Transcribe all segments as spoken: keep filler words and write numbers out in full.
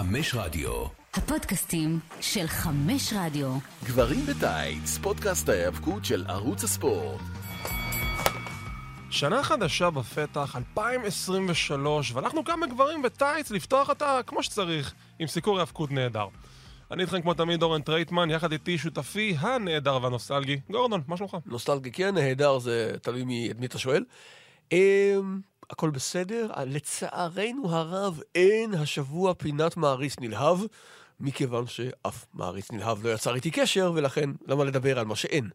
חמש רדיו. הפודקאסטים של חמש רדיו. גברים בטייץ, פודקאסט ההיאבקות של ערוץ הספורט. שנה חדשה בפתח, אלפיים עשרים ושלוש, ואנחנו גם בגברים בטייץ לפתוח אותה כמו שצריך, עם סיקור היאבקות נהדר. אני איתכם כמו תמיד אורן טרייטמן, יחד איתי שותפי הנהדר והנוסטלגי. גורדון, מה שלומך? נוסטלגי כן, נהדר, זה תלוי מי, את מי אתה שואל. הכל בסדר, לצערנו הרב אין השבוע פינת מעריץ נלהב, מכיוון שאף מעריץ נלהב לא יצר איתי קשר, ולכן למה לדבר על מה שאין.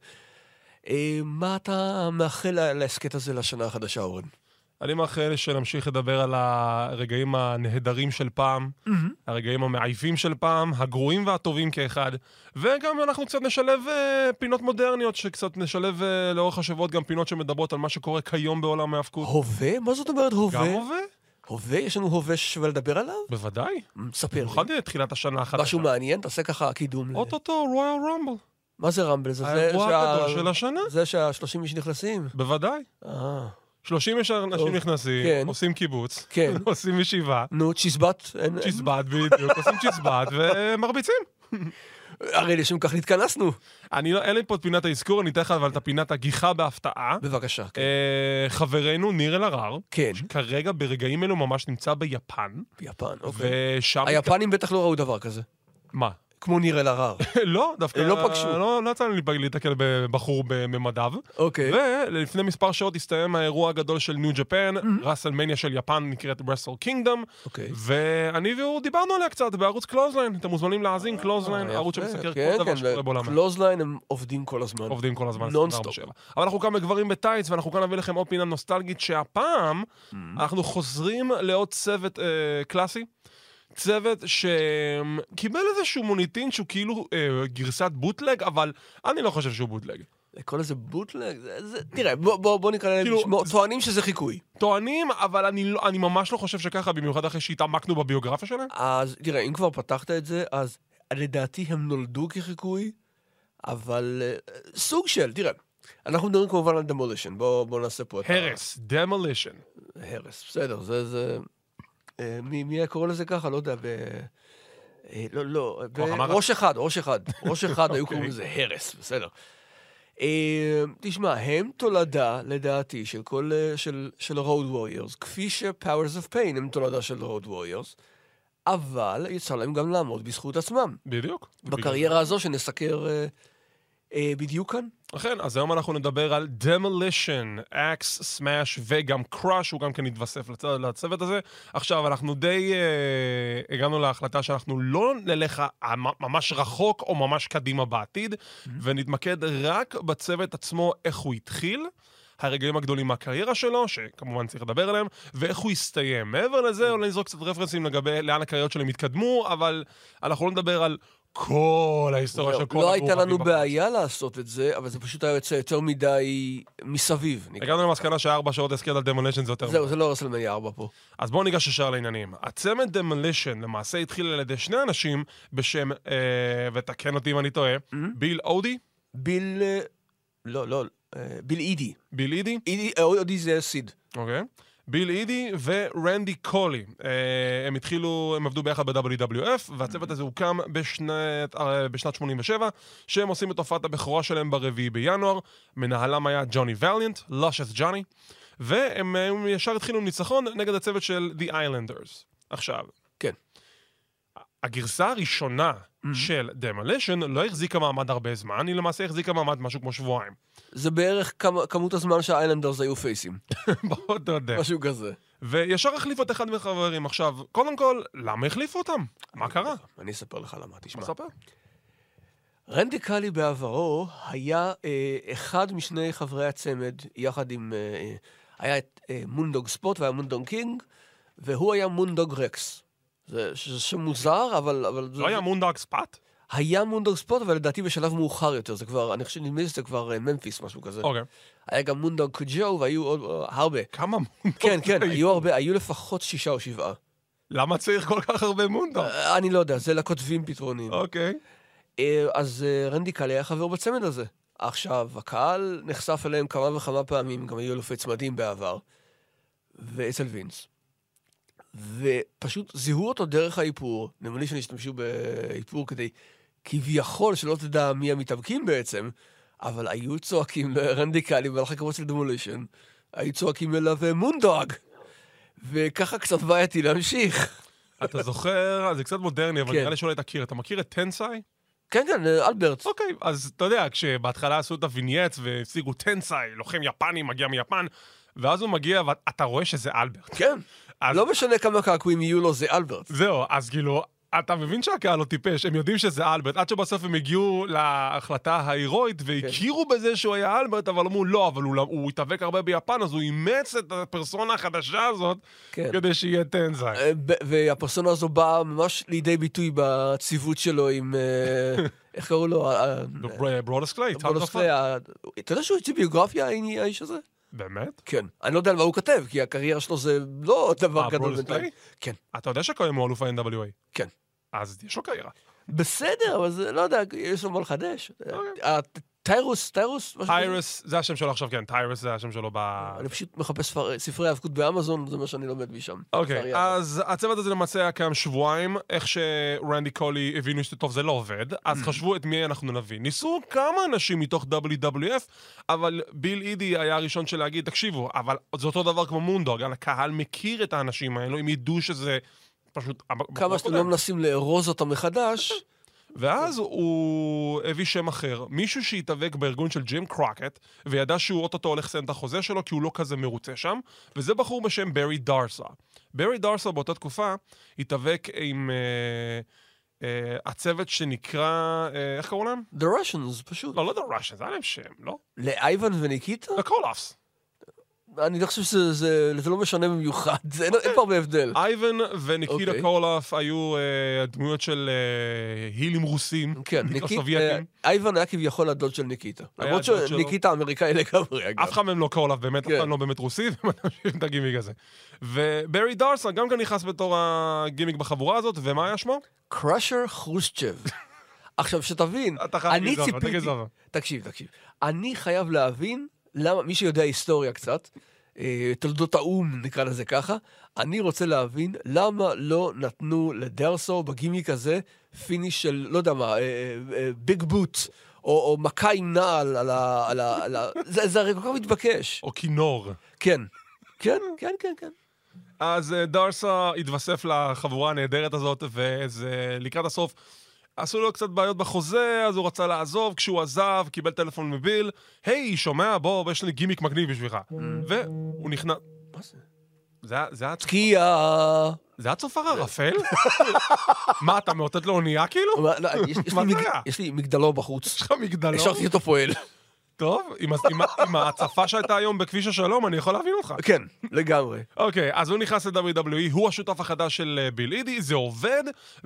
מה אתה מאחל להסקט הזה לשנה החדשה, אורן? אני מאחל שנמשיך לדבר על הרגעים הנהדרים של פעם, mm-hmm. הרגעים המעייפים של פעם, הגרועים והטובים כאחד, וגם אנחנו קצת נשלב uh, פינות מודרניות, שקצת נשלב uh, לאורך השבועות גם פינות שמדברות על מה שקורה כיום בעולם ההאבקות. הווה? מה זאת אומרת הווה? גם הווה? הווה? יש לנו הווה ששווה לדבר עליו? בוודאי. ספר לי. במיוחד תחילת השנה החדשה. משהו מעניין? תעשה ככה קידום. אוטוטו, רויאל רמבל. מה זה רמבל? זה האירוע הגדול של השנה. זה שהשלושים איש נכנסים? בוודאי. אה. שלושים אנשים נכנסים, כן. עושים קיבוץ, כן. עושים ישיבה. נו, צ'יזבט. צ'יזבט בדיוק, עושים צ'יזבט ומרביצים. הרי לשם כך נתכנסנו. אני לא, אין לי פה את פינת האזכור, אני אתן לך אבל את הפינת הגיחה בהפתעה. בבקשה. כן. אה, חברנו ניר אלהרר, כן. שכרגע ברגעים אלו ממש נמצא ביפן. ביפן, אוקיי. ושם... היפנים בטח לא ראו דבר כזה. מה? כמו ניר אלהרר. לא, דווקא... לא פגשו. לא, לא יצא לי להתקל בבחור בממדיו. אוקיי. ולפני מספר שעות הסתיים האירוע הגדול של ניו ג'פן, רסלמניה של יפן נקראת רסל קינגדום. אוקיי. ואני והוא דיברנו עליה קצת בערוץ קלוזליין. אתם מוזמנים להאזין, קלוזליין, ערוץ שמסקר כל דבר שקורה בעולם. קלוזליין הם עובדים כל הזמן. עובדים כל הזמן. נונסטופ. אבל אנחנו כאן בגברים בטייץ, ואנחנו כאן נביא לכם עוד פינה נוסטלגית, שהפעם אנחנו חוזרים לעוד צוות קלאסי. צוות שקיבל איזשהו מוניטין שהוא כאילו אה, גרסת בוטלג, אבל אני לא חושב שהוא בוטלג. לקרוא לזה בוטלג? זה, זה, תראה, בוא, בוא, בוא נקרא להם, כאילו, טוענים שזה חיקוי. טוענים, אבל אני, לא, אני ממש לא חושב שככה, במיוחד אחרי שהתעמקנו בביוגרפיה שלהם. אז תראה, אם כבר פתחת את זה, אז לדעתי הם נולדו כחיקוי, אבל uh, סוג של, תראה, אנחנו מדברים כמובן על דמולישן, בוא, בוא נעשה פה את הרס, דמולישן. הרס, בסדר, זה, זה... מי, מי קורא לזה ככה? לא יודע, ב... לא, לא, ראש אחד, ראש אחד, ראש אחד היו קוראים לזה הרס, בסדר. תשמע, הם תולדה, לדעתי, של כל, של, של רוד ווריורס, כפי ש-Powers of Pain הם תולדה של רוד ווריורס, אבל יצא להם גם לעמוד בזכות עצמם. בדיוק. בקריירה הזו שנסקר בדיוק כאן. אכן, אז היום אנחנו נדבר על Demolition, Axe, Smash וגם Crush, הוא גם כן יתווסף לצוות הזה. עכשיו, אנחנו די אה, הגענו להחלטה שאנחנו לא נלך ממש רחוק או ממש קדימה בעתיד, mm-hmm. ונתמקד רק בצוות עצמו, איך הוא התחיל, הרגעים הגדולים מהקריירה שלו, שכמובן צריך לדבר עליהם, ואיך הוא יסתיים. מעבר לזה, אולי נזרוק קצת רפרנסים לגבי לאן הקריירות שלהם התקדמו, אבל אנחנו לא נדבר על כל ההיסטוריה של כל... לא הייתה לנו בעיה לעשות את זה, אבל זה פשוט היה יוצא יותר מדי מסביב. הגענו למסקנה שארבע שעות הסקד על דמולישן זה יותר... זהו, זה לא רסלמניה ארבע פה. אז בואו ניגש ישר לעניינים. הצמד דמולישן למעשה התחיל על ידי שני אנשים בשם, ותקן אותי אם אני טועה, ביל אודי? ביל... לא, לא, ביל אידי. ביל אידי? אודי זה סיד. אוקיי. ביל אידי ורנדי קולי. הם התחילו, הם עבדו ביחד ב-דאבליו דאבליו אף, והצוות הזה הוקם בשנת, בשנת שמונים ושבע, שהם עושים את הופעת הבכורה שלהם ברביעי בינואר. מנהלם היה ג'וני ואליאנט, לושס ג'וני, והם ישר התחילו ניצחון נגד הצוות של The Islanders. עכשיו, כן. הגרסה הראשונה mm-hmm. של Demolition לא החזיקה מעמד הרבה זמן, היא למעשה החזיקה מעמד משהו כמו שבועיים. זה בערך כמה, כמות הזמן שהאיילנדרס היו פייסים. בוא תודה. משהו כזה. וישר החליפו את אחד מחברים. עכשיו, קודם כל, למה החליפו אותם? מה קרה? אני אספר לך למה, תשמע. מספר? רנדי קאלי בעברו היה אה, אחד משני חברי הצמד, יחד עם... אה, היה את אה, מונדוג ספוט והיה מונדוג קינג, והוא היה מונדוג רקס. זה שמוזר, אבל... אבל לא היה מונדוג ספוט? היה מונדוג ספוט, אבל לדעתי בשלב מאוחר יותר, זה כבר, אני חושב, נדמה לי שזה כבר ממפיס, משהו כזה. אוקיי. היה גם מונדוג קוג'ו, והיו עוד הרבה. כמה מונדוג? כן, כן, היו הרבה, היו לפחות שישה או שבעה. למה צריך כל כך הרבה מונדוג? אני לא יודע, זה לכותבים פתרונים. אוקיי. אז רנדי קאלי היה חבר בצמד הזה. עכשיו, הקהל נחשף אליהם כמה וכמה פעמים, גם היו אלופי צמדים בעבר, ואצל וינס. ופשוט זיהו אותו דרך האיפור, נראה לי שנשתמשו באיפור כדי כביכול שלא תדע מי המתאבקים בעצם, אבל היו צועקים לרנדיקלי במהלך הקרבות של דמולישן, היו צועקים אליו מונדוג, וככה קצת בעייתי להמשיך. אתה זוכר, זה קצת מודרני, אבל כן. נראה לי שאולי תכיר. אתה מכיר את טנסאי? כן, כן, אלברט. אוקיי, אז אתה יודע, כשבהתחלה עשו את הווינייט והשיגו טנסאי, לוחם יפני, מגיע מיפן, ואז הוא מגיע ואתה רואה שזה אלברט. כן, אז- לא משנה כמה קעקועים יהיו לו, זה אלברט. זהו, אז כאילו, אתה מבין שהקהל לא טיפש, הם יודעים שזה אלברט, עד שבסוף הם הגיעו להחלטה ההירואית, והכירו בזה שהוא היה אלברט, אבל אמרו לא, אבל הוא, הוא התאבק הרבה ביפן, אז הוא אימץ את הפרסונה החדשה הזאת, כן. כדי שיהיה טנסאי. אה, ב- והפרסונה הזו באה ממש לידי ביטוי בציוות שלו עם, אה, איך קראו לו? אה, ברודוס קליי, ברודוס קליי, ה- אתה יודע שהוא הוציא ביוגרפיה, האיש הזה? באמת? כן. אני לא יודע על מה הוא כתב, כי הקריירה שלו זה לא דבר אה, גדול ברודוס בינתיים. קליי? כן, אתה יודע שכיום הוא אלוף ה-אן דאבליו איי? כן. אז יש לו קריירה. בסדר, אבל זה, לא יודע, יש לו מה לחדש. אה, טיירוס, טיירוס? משהו כזה? טיירס, זה השם שלו עכשיו, כן, טיירס זה השם שלו ב... אני פשוט מחפש ספר- ספרי האבקות באמזון, זה מה שאני לומד משם. אוקיי, לצערי הרב. אז הצוות הזה למעשה היה קיים שבועיים, איך שרנדי קולי הבינו שטוב זה לא עובד, אז חשבו את מי אנחנו נביא. ניסו כמה אנשים מתוך דאבליו דאבליו אף, אבל ביל אידי היה הראשון של להגיד, תקשיבו, אבל זה אותו דבר כמו מונדוג, הקהל מכיר את האנשים האלו, הם ידעו שזה פשוט... כמה שאתם לא מנסים לארוז אותם מחדש, ואז הוא הביא שם אחר, מישהו שהתאבק בארגון של ג'ים קרוקט, וידע שהוא אוטוטו הולך לסיים את החוזה שלו, כי הוא לא כזה מרוצה שם, וזה בחור בשם ברי דארסה. ברי דארסה באותה תקופה התאבק עם uh, uh, הצוות שנקרא, uh, איך קראו להם? The Russians, פשוט. לא, לא The Russians, זה היה להם שם, לא? לאייבן וניקיטה? The Koloffs. אני לא חושב שזה זה, זה לא משנה במיוחד, זה, אין, אין פה הרבה הבדל. אייבן וניקיטה אוקיי. קולוף היו uh, דמויות של uh, הילים רוסים, כן, נקרא ניקיטה, סובייטים. אייבן היה כביכול הדוד של ניקיטה. היה למרות הדוד שלו. שניקיטה אמריקאי לגמרי, אגב. אף אחד מהם לא קולף, באמת, אף כן. אחד לא באמת רוסי, ואתה ממשיך את הגימיק הזה. וברי דארסה גם כן נכנס בתור הגימיק בחבורה הזאת, ומה היה שמו? קראשר חרושצ'ב. עכשיו, שתבין, אתה חייב אני להגיד זווה, ציפיתי... תגיד זווה. תקשיב, תקשיב. אני חייב להבין למה, מי שיודע היסטוריה קצת, אה, תולדות האום, נקרא לזה ככה, אני רוצה להבין למה לא נתנו לדרסו בגימיק הזה פיניש של, לא יודע מה, ביג בוט, או, או מכה עם נעל על ה... על ה, על ה זה, זה הרי כל כך מתבקש. או כינור. כן. כן, כן, כן, כן. אז אה, דארסה התווסף לחבורה הנהדרת הזאת, וזה לקראת הסוף עשו לו קצת בעיות בחוזה, אז הוא רצה לעזוב, כשהוא עזב, קיבל טלפון מביל, היי, שומע, בוא, יש לי גימיק מגניב בשבילך. והוא נכנס... מה זה? זה היה- זה היה תקיעה. זה היה צופר ערפל? מה, אתה מאותת לו אונייה כאילו? לא, יש, יש, מה לי זה מג... היה? יש לי מגדלו בחוץ. יש לך מגדלון? השארתי אותו פועל. טוב, עם, ה- עם, ה- עם ההצפה שהייתה היום בכביש השלום, אני יכול להבין אותך. כן, לגמרי. אוקיי, אז הוא נכנס ל-דאבליו דאבליו אי, הוא השותף החדש של אה, ביל אידי, זה עובד,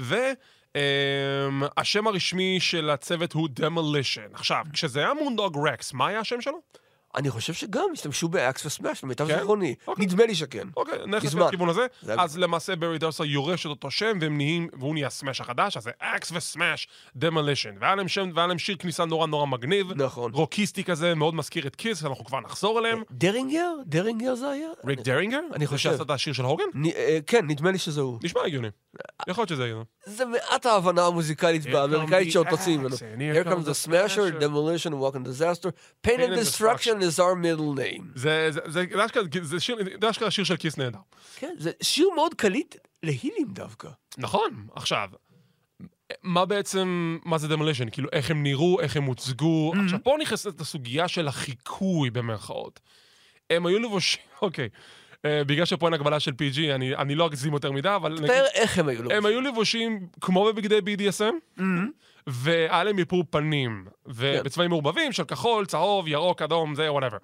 והשם הרשמי של הצוות הוא Demolition. עכשיו, כשזה היה מונדוג רקס, מה היה השם שלו? אני חושב שגם השתמשו באקס וסמאש, למיטב כן? זיכרוני. אוקיי. נדמה לי שכן. אוקיי, נכנס מזמן. בכיוון הזה, זה- אז למעשה ברי דארסה יורש את אותו שם, והם נהיים, והוא נהיה סמאש החדש, אז זה אקס וסמאש דמולישן. והיה להם שם, והיה להם שיר כניסה נורא נורא מגניב, נכון. רוקיסטי כזה, מאוד מזכיר את קיס, אנחנו כבר נחזור אליהם. דרינגר? דרינגר זה היה? ריק דרינגר? אני זה חושב. שעשה את השיר של הוגן? נ- אה, כן, נדמה לי שזה הוא. נשמע הגיוני. יכול להיות שזה הגיוני. זה מעט ההבנה המוזיקלית Here באמריקאית come שעוד the תוצאים ממנו. axe, and here Here comes the smasher, demolition, walk and disaster. Pain and destruction is our middle name. זה, זה, זה, זה אשכרה- זה שיר, זה אשכרה שיר של כיס נהדר. כן, זה שיר מאוד קליט להילים דווקא. נכון, עכשיו, מה בעצם, מה זה דמולישן? כאילו, איך הם נראו, איך הם הוצגו. עכשיו, פה נכנסת הסוגיה של החיקוי במרכאות. הם היו לבושים, אוקיי, אה, בגלל שפה אין הגבלה של פי ג'י, אני, אני לא אגזים יותר מדי, אבל... נגיד, תאר איך הם היו לו. הם היו לבושים כמו בבגדי בי די אס אם, והיה להם איפור פנים, ובצבעים מעורבבים של כחול, צהוב, ירוק, אדום, זה, whatever.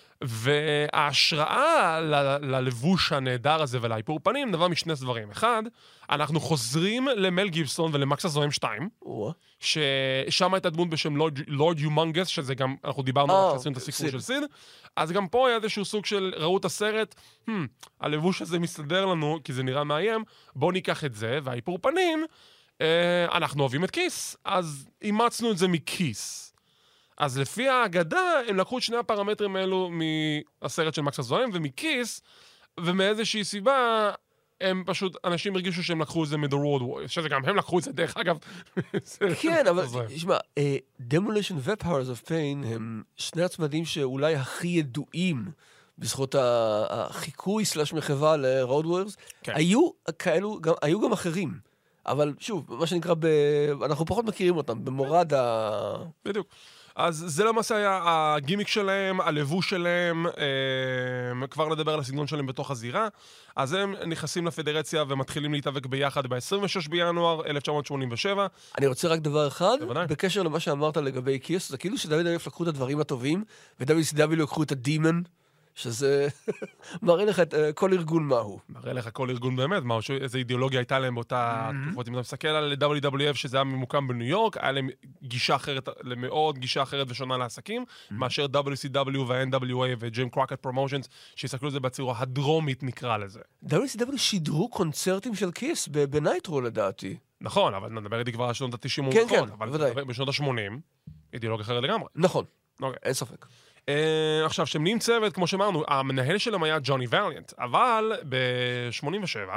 וההשראה ל- ללבוש הנהדר הזה ולאיפור פנים נבע משני דברים. אחד, אנחנו חוזרים למל גיבסון ולמקס הזוהם שתיים, או, ששם הייתה דמות בשם לורד, לורד יומנגס, שזה גם, אנחנו דיברנו אה, על שעשינו את הסיפור סיד. של סיד, אז גם פה היה איזשהו סוג של, ראו את הסרט, hmm, הלבוש הזה מסתדר לנו, כי זה נראה מאיים, בואו ניקח את זה, והאיפור פנים, אה, אנחנו אוהבים את כיס, אז אימצנו את זה מכיס. אז לפי ההגדה, הם לקחו את שני הפרמטרים האלו מהסרט של מקס הזוהם ומכיס, ומאיזושהי סיבה הם פשוט, אנשים הרגישו שהם לקחו את זה מ-The Road Warriors, שזה גם הם לקחו את זה, דרך אגב. כן, אבל תשמע, Demolition ו-Powers of Pain הם שני הצמדים שאולי הכי ידועים בזכות החיקוי סלש מחווה ל-Road Warriors. היו כאלו, היו גם אחרים, אבל שוב, מה שנקרא, אנחנו פחות מכירים אותם, במורד ה... בדיוק. אז זה למעשה היה הגימיק שלהם, הלבוש שלהם, אה, כבר לדבר על הסגנון שלהם בתוך הזירה. אז הם נכנסים לפדרציה ומתחילים להתאבק ביחד ב-עשרים ושש בינואר אלף תשע מאות שמונים ושבע. אני רוצה רק דבר אחד, בוודאי. בקשר למה שאמרת לגבי קיס, זה כאילו שדאביד דאביד לקחו את הדברים הטובים, ו-דאביד סי דאבליו לקחו את הדימן, שזה מראה לך את uh, כל ארגון מהו. מראה לך כל ארגון באמת, מה, איזו אידיאולוגיה הייתה להם באותה Mm-hmm. תקופות. אם אתה מסתכל על דאבליו דאבליו אף, שזה היה ממוקם בניו יורק, היה להם גישה אחרת, למאוד גישה אחרת ושונה לעסקים, mm-hmm. מאשר דאבליו סי דאבליו וה-אן דאבליו איי וג'ים קרוקט פרומושנס, שיסתכלו על זה בצורה הדרומית, נקרא לזה. דאבליו סי דאבליו שידרו קונצרטים של קיס בנייטרו לדעתי. נכון, אבל נדבר איתי כבר על שנות ה-תשעים כן, ומוכות, כן, אבל בוודאי. בשנות ה-שמונים, אידיאולוגיה אחרת לגמרי. נכון, אוקיי. אין ספק. Uh, עכשיו, שהם נהיים צוות, כמו שאמרנו, המנהל שלהם היה ג'וני ואליאנט, אבל ב-שמונים ושבע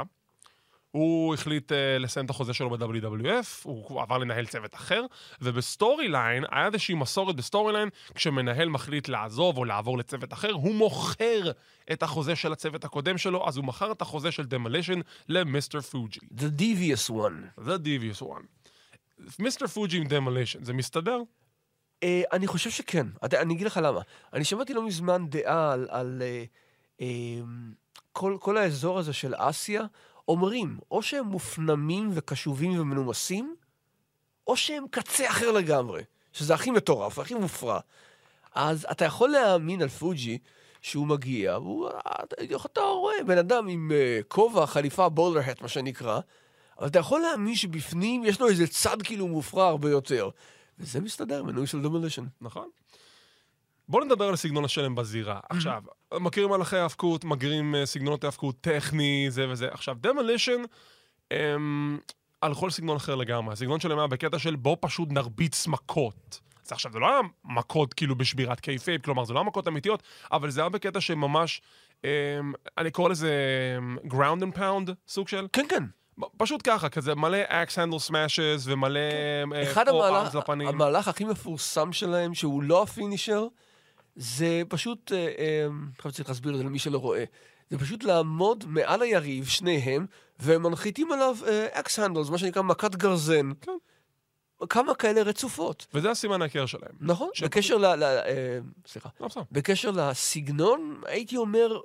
הוא החליט uh, לסיים את החוזה שלו ב-דאבליו דאבליו אף, הוא עבר לנהל צוות אחר, ובסטורי ליין, היה איזושהי מסורת בסטורי ליין, כשמנהל מחליט לעזוב או לעבור לצוות אחר, הוא מוכר את החוזה של הצוות הקודם שלו, אז הוא מכר את החוזה של Demolition למיסטר פוג'י. The devious one. The devious one. מיסטר פוג'י עם Demolition, זה מסתדר? Uh, אני חושב שכן. אתה, אני אגיד לך למה. אני שמעתי לא מזמן דעה על, על uh, uh, כל, כל האזור הזה של אסיה, אומרים, או שהם מופנמים וקשובים ומנומסים, או שהם קצה אחר לגמרי, שזה הכי מטורף, הכי מופרע. אז אתה יכול להאמין על פוג'י שהוא מגיע, והוא, אתה רואה בן אדם עם uh, כובע, חליפה, בולדרהט, מה שנקרא, אבל אתה יכול להאמין שבפנים יש לו איזה צד כאילו מופרע הרבה יותר. וזה מסתדר, מנוי של Demolition. נכון. בואו נדבר על סגנון השלם בזירה. עכשיו, מכירים הלכי ההפקות, מכירים סגנונות ההפקות טכני, זה וזה. עכשיו, Demolition, הם, על כל סגנון אחר לגמרי. הסגנון שלהם היה בקטע של בוא פשוט נרביץ מכות. אז עכשיו, זה לא היה מכות כאילו בשבירת קייפייב, כלומר, זה לא היה מכות אמיתיות, אבל זה היה בקטע שממש, הם, אני קורא לזה ground and pound, סוג של... כן, כן. פשוט ככה, כזה מלא אקס הנדל סמאשס ומלא אחד המהלך, לפנים. המהלך הכי מפורסם שלהם, שהוא לא הפינישר, זה פשוט, אני צריך להסביר את זה למי שלא רואה, זה פשוט לעמוד מעל היריב, שניהם, ומנחיתים עליו אקס הנדלס, מה שנקרא מכת גרזן. כן. כמה כאלה רצופות. וזה הסימן העיקר שלהם. נכון, ש... בקשר ל... ל... אה, סליחה. לא, בקשר לסגנון, הייתי אומר,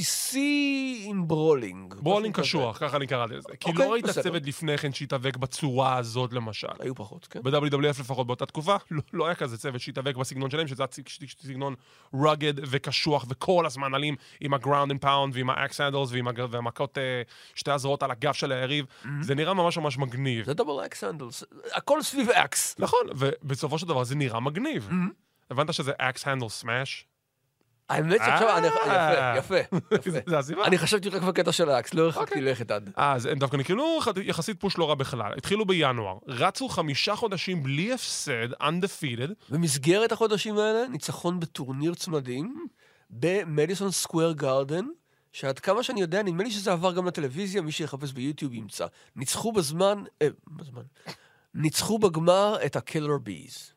בסיסי עם ברולינג. ברולינג קשוח, ככה אני קראתי לזה. כי לא ראית צוות לפני כן שהתאבק בצורה הזאת, למשל. היו פחות, כן. ב-דאבליו דאבליו אף לפחות באותה תקופה, לא, לא היה כזה צוות שהתאבק בסגנון שלהם, שזה סגנון rugged וקשוח, וכל הזמן עלים עם ה-ground and pound, ועם ה-axe handles, ועם המכות שתי הזרועות על הגב של היריב. זה נראה ממש ממש מגניב. זה דאבל אקס הנדלס. הכל סביב אקס. נכון, ובסופו של דבר זה נראה מגניב. הבנת שזה אקס הנדל סמאש? האמת שעכשיו, יפה, יפה. זה הסיבה. אני חשבתי רק בקטע של האקס, לא הרחקתי לכת עד. אז הם דווקא נקרלו יחסית פוש לא רע בכלל. התחילו בינואר, רצו חמישה חודשים בלי הפסד, undefeated. במסגרת החודשים האלה, ניצחון בטורניר צמדים, במדיסון סקוואר גארדן, שעד כמה שאני יודע, נדמה לי שזה עבר גם לטלוויזיה, מי שיחפש ביוטיוב ימצא. ניצחו בזמן, אה, בזמן, ניצחו בגמר את הקילר ביז.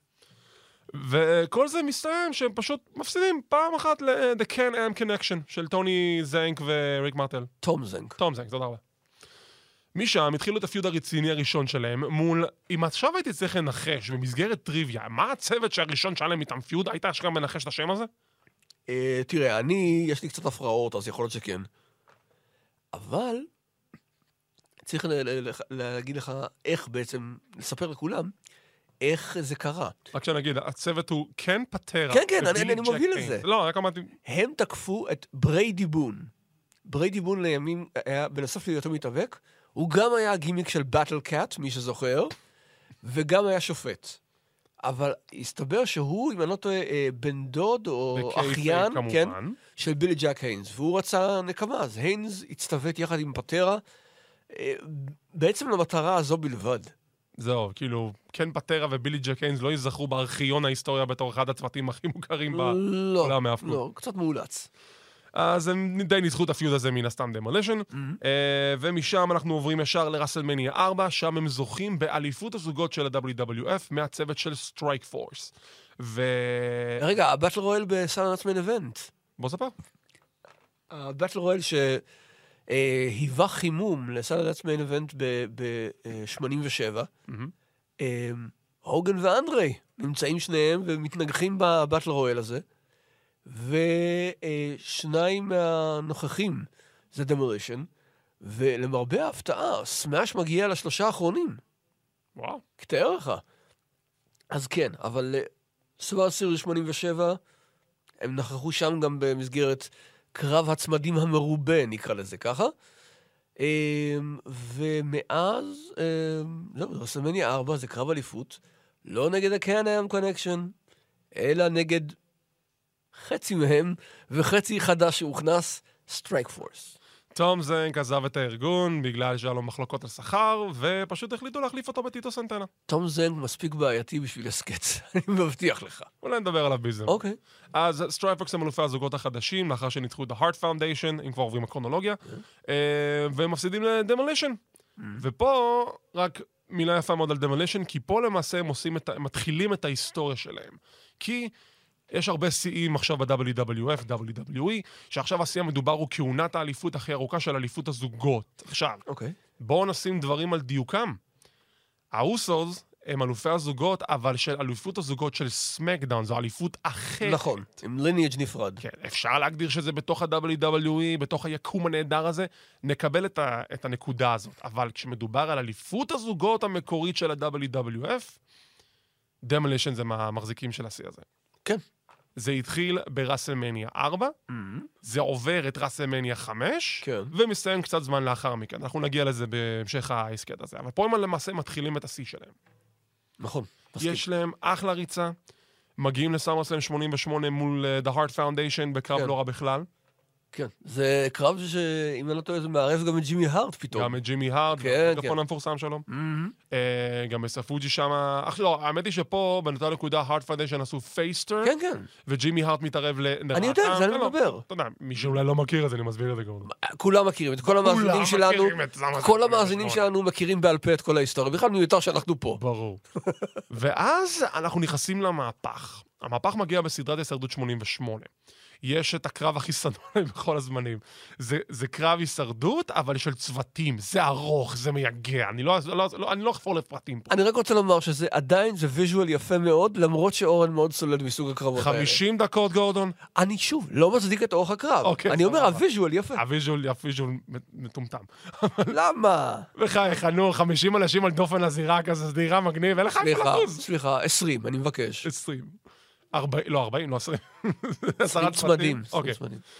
וכל זה מסתיים שהם פשוט מפסידים פעם אחת ל-The Can-Am Connection של טוני זנק וריק מרטל. תום זנק. תום זנק, תודה רבה. משם התחילו את הפיוד הרציני הראשון שלהם מול, אם עכשיו הייתי צריך לנחש במסגרת טריוויה, מה הצוות שהראשון שהיה להם איתם פיוד? היית אשכרה מנחש את השם הזה? אה, תראה, אני, יש לי קצת הפרעות, אז יכול להיות שכן. אבל צריך להגיד לך איך בעצם, לספר לכולם, איך זה קרה. רק שנגיד, הצוות הוא כן פטרה. כן, כן, אני, אני מוביל את זה. לא, רק אמרתי... הם תקפו את בריידי בון. בריידי בון לימים היה, בנוסף להיותו מתאבק, הוא גם היה הגימיק של באטל קאט, מי שזוכר, וגם היה שופט. אבל הסתבר שהוא, אם אני לא טועה, בן דוד או אחיין, כן, של בילי ג'ק היינס, והוא רצה נקמה, אז היינס הצטוות יחד עם פטרה, בעצם למטרה הזו בלבד. זהו, כאילו, כן פטרה ובילי ג'ק היינס לא יזכרו בארכיון ההיסטוריה בתור אחד הצוותים הכי מוכרים בעולם ההפקות. לא, קצת מאולץ. אז הם די ניצחו את הפיוד הזה מן הסתם דמולישן, mm-hmm. uh, ומשם אנחנו עוברים ישר לרסלמניה ארבע, שם הם זוכים באליפות הזוגות של ה-דאבליו דאבליו אף מהצוות של סטרייק פורס. ו... רגע, הבטל רויאל בסאלנס מיין איבנט. בוא ספר. הבטל רויאל שהיווה חימום לסאלנס מיין איבנט ב-שמונים ושבע, mm-hmm. הוגן ואנדרי נמצאים שניהם ומתנגחים בבטל רויאל הזה, ושניים מהנוכחים זה דמולישן, ולמרבה ההפתעה, סמאש מגיע לשלושה האחרונים. וואו. כתאר לך. אז כן, אבל סוואר סיריס שמונים ושבע, הם נכחו שם גם במסגרת קרב הצמדים המרובה, נקרא לזה ככה. ומאז, לא, רסלמניה ארבע זה קרב אליפות, לא נגד ה-Can-Am Connection, אלא נגד חצי מהם, וחצי חדש שהוכנס, סטרייק פורס. תום זנק עזב את הארגון בגלל שהיה לו מחלוקות על שכר, ופשוט החליטו להחליף אותו בטיטו סנטנה. תום זנק מספיק בעייתי בשביל הסקט, אני מבטיח לך. אולי נדבר עליו ביזם. אוקיי. אז סטרייק פורס הם אלופי הזוגות החדשים, לאחר שניצחו את ה-Heart Foundation, אם כבר עוברים הקרונולוגיה, והם מפסידים לדמולישן. ופה רק מילה יפה מאוד על דמולישן, כי פה למעשה הם עושים את, הם מתחילים את ההיסטוריה שלהם. כי יש הרבה שיאים עכשיו ב-דאבליו דאבליו אף, דאבליו דאבליו אי, שעכשיו השיא המדובר הוא כהונת האליפות הכי ארוכה של אליפות הזוגות. עכשיו, okay. בואו נשים דברים על דיוקם. האוסוס הם אלופי הזוגות, אבל של אליפות הזוגות של סמקדאון, זו אליפות אחרת. נכון, עם ליניאג' נפרד. כן, אפשר להגדיר שזה בתוך ה-דאבליו דאבליו אי, בתוך היקום הנהדר הזה, נקבל את, ה- את הנקודה הזאת. אבל כשמדובר על אליפות הזוגות המקורית של ה-דאבליו דאבליו אף, דמולישן זה מהמחזיקים של השיא הזה. כן. זה התחיל ברסלמניה ארבע, mm-hmm. זה עובר את רסלמניה חמש, כן. ומסיים קצת זמן לאחר מכן. אנחנו נגיע לזה בהמשך העסקת הזה. אבל פה הם למעשה מתחילים את השיא שלהם. נכון. יש להם אחלה ריצה, מגיעים לסאמרסלאם שמונים ושמונה מול uh, The Heart Foundation בקרב כן. לא רע בכלל. כן, זה קרב שאם אני לא טועה, זה מערב גם את ג'ימי הארט פתאום. גם את ג'ימי הארט, כן, הגפון המפורסם שלו. גם בספוג'י שם, אך לא, האמת היא שפה, בנתה נקודה, Heart Foundation עשו פייסטר, כן, כן. וג'ימי הארט מתערב לרעתם. אני יודע, זה אני מדבר. אתה יודע, מי שאולי לא מכיר את זה, אני מסביר את זה גם. כולם מכירים, את כל המאזינים שלנו, כל המאזינים שלנו מכירים בעל פה את כל ההיסטוריה, בכלל מיותר שאנחנו פה. ברור. ואז אנחנו נכנסים למהפך. המהפך מגיע בסדרת הישרדות שמונים ושמונה. יש את הקרב הכי שנוא בכל הזמנים. זה, זה קרב הישרדות, אבל של צוותים. זה ארוך, זה מייגע. אני לא, לא, לא, אני לא אחפור לפרטים פה. אני רק רוצה לומר שזה עדיין, זה ויז'ואל יפה מאוד, למרות שאורן מאוד סולד מסוג הקרבות האלה. חמישים דקות, גורדון? אני שוב, לא מצדיק את אורך הקרב. אוקיי, אני אומר, הוויז'ואל יפה. הוויז'ואל, הוויז'ואל מטומטם. למה? בחייך, נו, חמישים אנשים על דופן הזירה כזה, זה דירה מגניב, אין לך סליחה, סליחה, עשרים, אני מבקש. עשרים. ארבעים, לא ארבעים, לא עשרים. עשרים צמדים. אוקיי.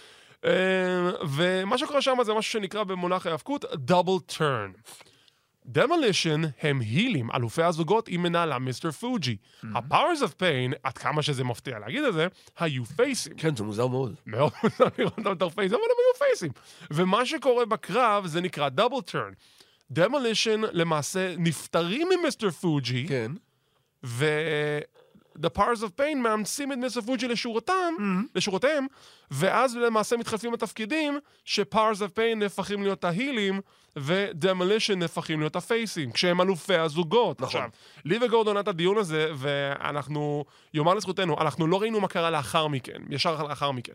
ומה שקורה שם זה משהו שנקרא במונח ההאבקות, double turn. דמולישן הם הילים, אלופי הזוגות עם מנהלם מיסטר פוג'י. ה-Powers of Pain, עד כמה שזה מפתיע להגיד את זה, היו פייסים. כן, זה מוזר מאוד. מאוד מוזר לראות אותם בתור פייסים, אבל הם היו פייסים. ומה שקורה בקרב זה נקרא double turn. דמולישן למעשה נפטרים ממיסטר פוג'י, כן. ו... The Powers of Pain מאמצים את מיסטר פוג'י לשורתם, mm-hmm. לשורותיהם, ואז למעשה מתחלפים התפקידים, ש-Powers of Pain נהפכים להיות ההילים, ו-Demolition נהפכים להיות הפייסים, כשהם אלופי הזוגות. נכון. עכשיו, לי וגורדון את הדיון הזה, ואנחנו, יאמר לזכותנו, אנחנו לא ראינו מה קרה לאחר מכן, ישר לאחר מכן.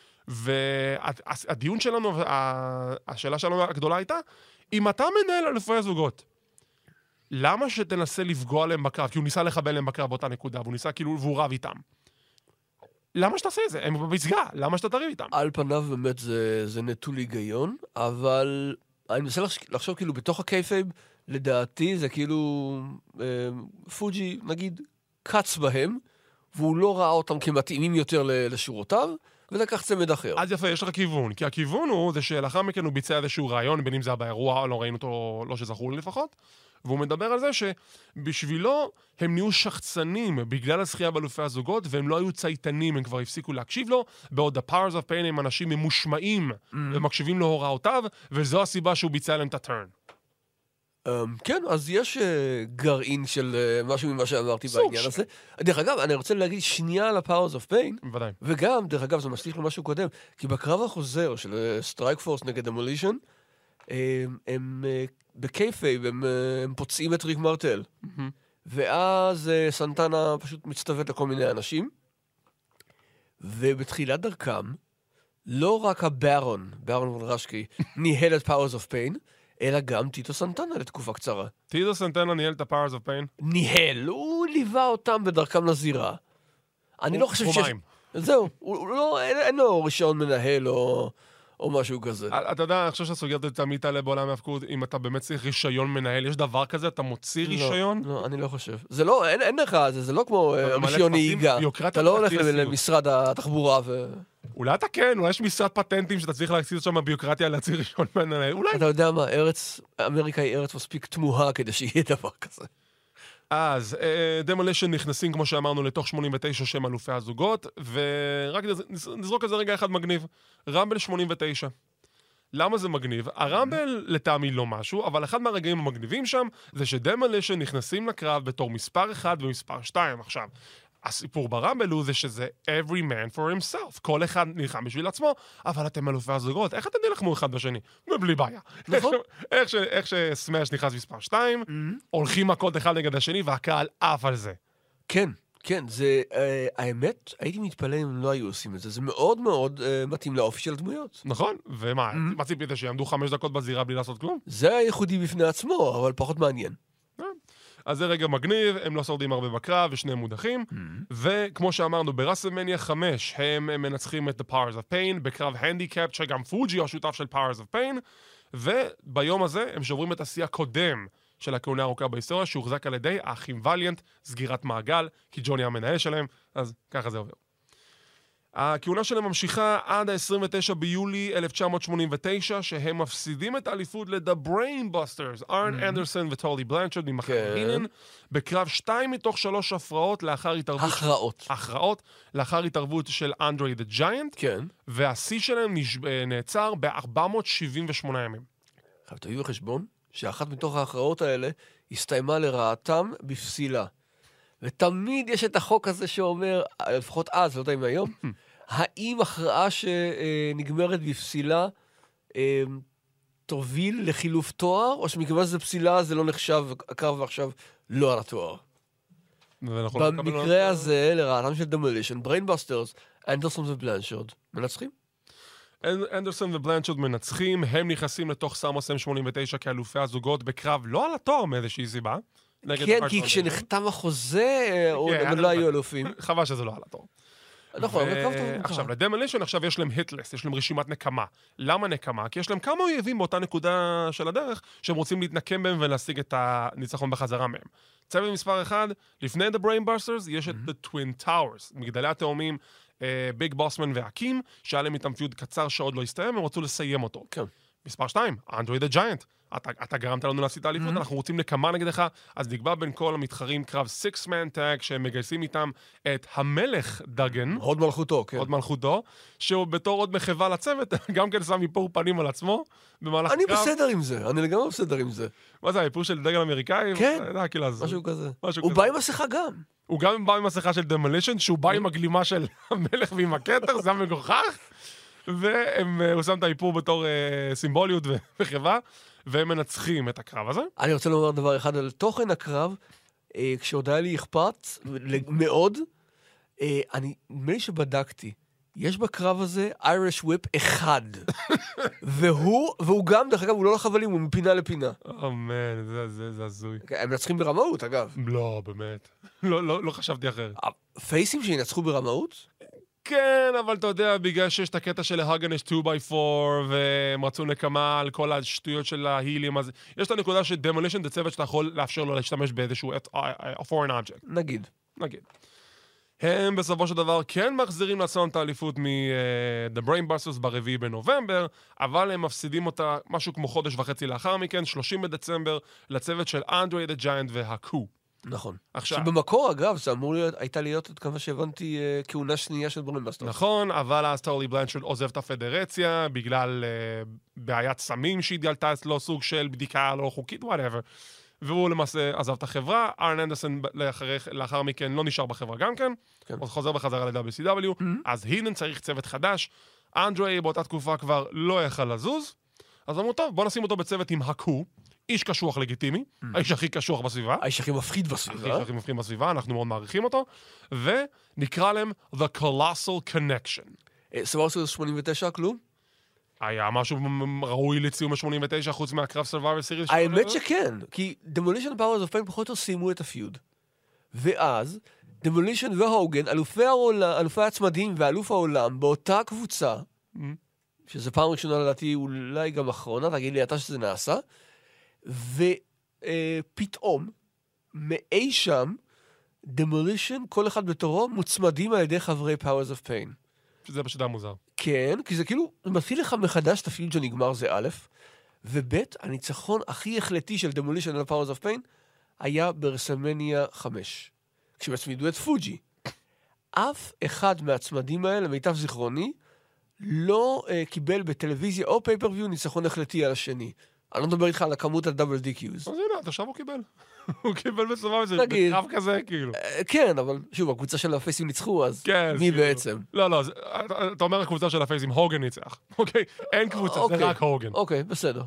והדיון שלנו, השאלה שלנו הגדולה הייתה, אם אתה מנהל אלופי הזוגות, למה שתנסה לפגוע להם בקרב? כי הוא ניסה לחבל להם בקרב באותה נקודה, והוא ניסה כאילו, והוא רב איתם. למה שתעשה את זה? הם בפסגה, למה שאתה תריב איתם? על פניו באמת זה, זה נטול היגיון, אבל אני מנסה לחשוב כאילו בתוך הקייפייב, לדעתי זה כאילו אה, פוג'י נגיד קץ בהם, והוא לא ראה אותם כמתאימים יותר לשורותיו, וזה כך צמד אחר. אז יפה, יש לך כיוון, כי הכיוון הוא זה שלאחר מכן הוא ביצע איזשהו רעיון, בין אם זה היה באירוע, לא ראינו אותו, לא שזכור לי לפחות, והוא מדבר על זה שבשבילו הם נהיו שחצנים בגלל הזכייה באלופי הזוגות, והם לא היו צייתנים, הם כבר הפסיקו להקשיב לו, בעוד ה-Powers of Pain הם אנשים ממושמעים, mm. ומקשיבים להוראותיו, וזו הסיבה שהוא ביצע להם את הטרן. כן, אז יש גרעין של משהו ממה שאמרתי בעניין הזה. דרך אגב, אני רוצה להגיד שנייה על ה-Powers of Pain, ודאי. וגם, דרך אגב, זה משליך למשהו קודם, כי בקרב החוזר של סטרייק פורס נגד דמולישן, הם בקייפייב, הם פוצעים את ריק מרטל. ואז סנטנה פשוט מצטוות לכל מיני אנשים, ובתחילת דרכם, לא רק הברון, ברון ורשקי, ניהל את Powers of Pain, אלא גם טיטו סנטנה לתקופה קצרה. טיטו סנטנה ניהל את ה-Powers of Pain? ניהל, הוא ליווה אותם בדרכם לזירה. אני לא חושב ש... זהו, אין לו רישיון מנהל או... או משהו כזה. אתה יודע, אני חושב שהסוגיה תמיד תעלה בעולם ההפקות, אם אתה באמת צריך רישיון מנהל, יש דבר כזה, אתה מוציא רישיון? לא, אני לא חושב. זה לא, אין לך, זה לא כמו רישיון נהיגה. אתה לא הולך למשרד התחבורה ו... אולי אתה כן, אולי יש משרד פטנטים שאתה צריך להקציב שם בביוקרטיה להציא רישיון מנהל, אולי. אתה יודע מה, ארץ, אמריקה היא ארץ מספיק תמוהה כדי שיהיה דבר כזה. אז דמולישן נכנסים, כמו שאמרנו, לתוך שמונים ותשע שם אלופי הזוגות, ורק נזרוק איזה רגע אחד מגניב. רמבל שמונים ותשע. למה זה מגניב? הרמבל לטעמי לא משהו, אבל אחד מהרגעים המגניבים שם, זה שדמולישן נכנסים לקרב בתור מספר אחד ומספר שתיים. עכשיו, הסיפור ברמבל הוא זה שזה every man for himself. כל אחד נלחם בשביל עצמו, אבל אתם אלופי הזוגות. איך אתם נלחמו אחד בשני? בלי בעיה. נכון. איך, ש, איך שסמאש נכנס מספר שתיים, הולכים מכות אחד נגד השני, והקהל עף על זה. כן, כן. זה, אה, האמת, הייתי מתפלא אם לא היו עושים את זה. זה מאוד מאוד אה, מתאים לאופי של הדמויות. נכון. ומה, מה ציפית שיעמדו חמש דקות בזירה בלי לעשות כלום? זה הייחודי בפני עצמו, אבל פחות מעניין. אז זה רגע מגניב, הם לא שורדים הרבה בקרב, ושניהם מודחים, וכמו שאמרנו, ברסלמניה חמש, הם מנצחים את The Powers of Pain, בקרב הנדיקאפט, שגם פוג'י הוא השותף של Powers of Pain, וביום הזה הם שוברים את השיא הקודם של הכהונה הארוכה בהיסטוריה, שהוחזק על ידי האחים וליאנט, סגירת מעגל, כי ג'וני המנהל שלהם, אז ככה זה עובר. הכהונה שלהם ממשיכה עד ה-עשרים ותשעה ביולי אלף תשע מאות שמונים ותשע, שהם מפסידים את האליפות ל-The Brain Busters, ארן אנדרסון וטולי בלנצ'רד ממחנה הילן, בקרב שתיים מתוך שלוש הפרעות לאחר התערבות... הכרעות. הכרעות, לאחר התערבות של אנדרי דה ג'יינט, כן. והשיא שלהם נעצר ב-ארבע מאות שבעים ושמונה ימים. עכשיו, תביאו בחשבון שאחת מתוך ההכרעות האלה הסתיימה לרעתם בפסילה. ותמיד יש את החוק הזה שאומר, לפחות אז, לא יודע אם היום, האם הכרעה שנגמרת בפסילה תוביל לחילוף תואר, או שמכיוון שזה פסילה זה לא נחשב, הקרב עכשיו לא על התואר. במקרה הזה, לרעתם של דמולישן, בריינבאסטרס, אנדרסון ובלנצ'רד, מנצחים. אנדרסון ובלנצ'רד מנצחים, הם נכנסים לתוך סאמרסלאם שמונים ותשע כאלופי הזוגות בקרב לא על התואר מאיזושהי סיבה. כן, כי כשנחתם החוזה, הם לא היו אלופים. חבל שזה לא על התואר. נכון, אבל קרב טוב מוכר. עכשיו, לדמולישן עכשיו יש להם היטלס, יש להם רשימת נקמה. למה נקמה? כי יש להם כמה אויבים באותה נקודה של הדרך, שהם רוצים להתנקם בהם ולהשיג את הניצחון בחזרה מהם. צוות מספר אחד, לפני The Brain Busters, יש את The Twin Towers, מגדלי התאומים, ביג בוסמן והקים, שהיה להם איתם פיוד קצר שעוד לא הסתיים, הם רצו לסיים אותו. כן. מספר שתיים, אנדרי דה ג'יינט. אתה, אתה גרמת לנו להסיט האליפות, אנחנו רוצים נקמה נגדך, אז נקבע בין כל המתחרים קרב סיקס-מן טאג, שהם מגייסים איתם את המלך דגן. הוד מלכותו, כן. הוד מלכותו, שהוא בתור עוד מחווה לצוות, גם כן שם איפור פנים על עצמו, במהלך הקרב. אני בסדר עם זה, אני לגמרי בסדר עם זה. מה זה, האיפור של דגל אמריקאי? כן, משהו כזה. הוא בא עם מסכה גם. הוא גם בא עם מסכה של דמולישן, שהוא בא עם הגלימה של המלך ועם הכתר, זה המגוחך, והוא שם את האיפור בתור סימבוליות וחווה. והם מנצחים את הקרב הזה. אני רוצה לומר דבר אחד על תוכן הקרב, אה, כשעוד היה לי אכפת מאוד, אה, אני, נדמה לי שבדקתי, יש בקרב הזה Irish Whip אחד. והוא, והוא גם, דרך אגב, הוא לא לחבלים, הוא מפינה לפינה. אמן, זה, זה, זה הזוי. הם מנצחים ברמאות, אגב. לא, באמת. לא, לא, לא חשבתי אחרת. פייסים שינצחו ברמאות? כן, אבל אתה יודע, בגלל שיש את הקטע של ההגן יש טו ביי פור, והם רצו נקמה על כל השטויות של ההילים, אז יש את הנקודה שדמולישן זה צוות שאתה יכול לאפשר לו להשתמש באיזשהו foreign object. נגיד. נגיד. הם בסופו של דבר כן מחזירים לעצמם את האליפות מ-The Brain Busters ברביעי בנובמבר, אבל הם מפסידים אותה משהו כמו חודש וחצי לאחר מכן, שלושים בדצמבר, לצוות של אנדרי דה ג'יינט והקו. נכון. עכשיו... שבמקור, אגב, זה אמור להיות, הייתה להיות, עד כמה שהבנתי, כהונה שנייה של ברון בסטורס. נכון, אבל אז טולי בלנצ'רד עוזב את הפדרציה, בגלל uh, בעיית סמים שהתגלתה אצלו, סוג של בדיקה לא חוקית, whatever. והוא למעשה עזב את החברה, ארן אנדרסון לאחר, לאחר מכן לא נשאר בחברה גם כן, כן. הוא חוזר בחזרה ל-דאבליו סי דאבליו, mm-hmm. אז הינן צריך צוות חדש, אנדרי באותה תקופה כבר לא יכל לזוז, אז אמרו, טוב, בוא נשים אותו בצוות עם הקו, איש קשוח לגיטימי, mm-hmm. האיש הכי קשוח בסביבה. האיש הכי מפחיד בסביבה. האיש הכי מפחיד בסביבה, אנחנו מאוד מעריכים אותו, ונקרא להם The Colossal Connection. סבבה שמונים ותשע, כלום? היה משהו ראוי לציום ה-שמונים ותשע חוץ מהקרב סרווייבר סיריס? האמת שכן, כי Demolition Powers of Pain פחות או יותר סיימו את הפיוד. ואז, Demolition והוגן, אלופי העולם, אלופי הצמדים ואלוף העולם, באותה קבוצה, שזה פעם ראשונה לדעתי, אולי גם אחרונה, תגיד לי אתה שזה נעשה, ופתאום, מאי שם, Demolition, כל אחד בתורו, מוצמדים על ידי חברי Powers of Pain. שזה פשוט היה מוזר. כן, כי זה כאילו, זה מתחיל לך מחדש את הפיוד שנגמר, זה א', וב', הניצחון הכי החלטי של Demolition על Powers of Pain, היה ברסלמניה חמש. כשמצמידו את פוג'י. אף אחד מהצמדים האלה, למיטב זיכרוני, לא uh, קיבל בטלוויזיה או פייפריוויו ניצחון החלטי על השני. אני לא מדבר איתך על הכמות הדאבל די קיוז. אז הנה, עכשיו הוא קיבל. הוא קיבל בסבבה, זה בקרב כזה, כאילו. כן, אבל שוב, הקבוצה של הפייסים ניצחו, אז מי בעצם? לא, לא, אתה אומר הקבוצה של הפייסים, הוגן ניצח. אוקיי? אין קבוצה, זה רק הוגן. אוקיי, בסדר.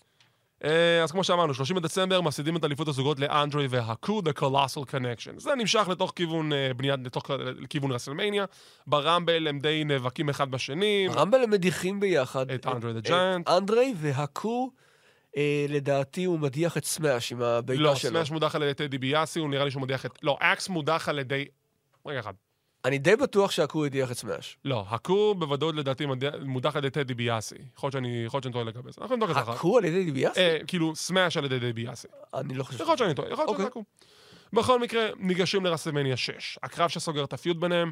אז כמו שאמרנו, שלושים בדצמבר מסידים את אליפות הזוגות לאנדרי והקו, The Colossal Connection. זה נמשך לתוך כיוון בניית, לתוך כיוון רסלמניה. ברמבל הם די נאבקים אחד בשני. ברמבל הם מדיחים ביחד. את אנדרי דה ג'יינט. אנדרי והקו, לדעתי הוא מדיח את סמאש עם הביתה שלו. לא, סמאש מודח על ידי טדי ביאסי, הוא נראה לי שהוא מדיח את... לא, אקס מודח על ידי... רגע אחד. אני די בטוח שהקו ידיח את סמאש. לא, הקו בוודאות לדעתי מודח על ידי טדי ביאסי. יכול להיות שאני טועה לגבי זה. אנחנו נדוק את זה אחר. הקו על ידי טדי ביאסי? כאילו, סמאש על ידי טדי ביאסי. אני לא חושב. יכול להיות שאני טועה, יכול להיות שזה הקו. בכל מקרה, ניגשים לרסלמניה שש. הקרב שסוגר את הפיוד ביניהם,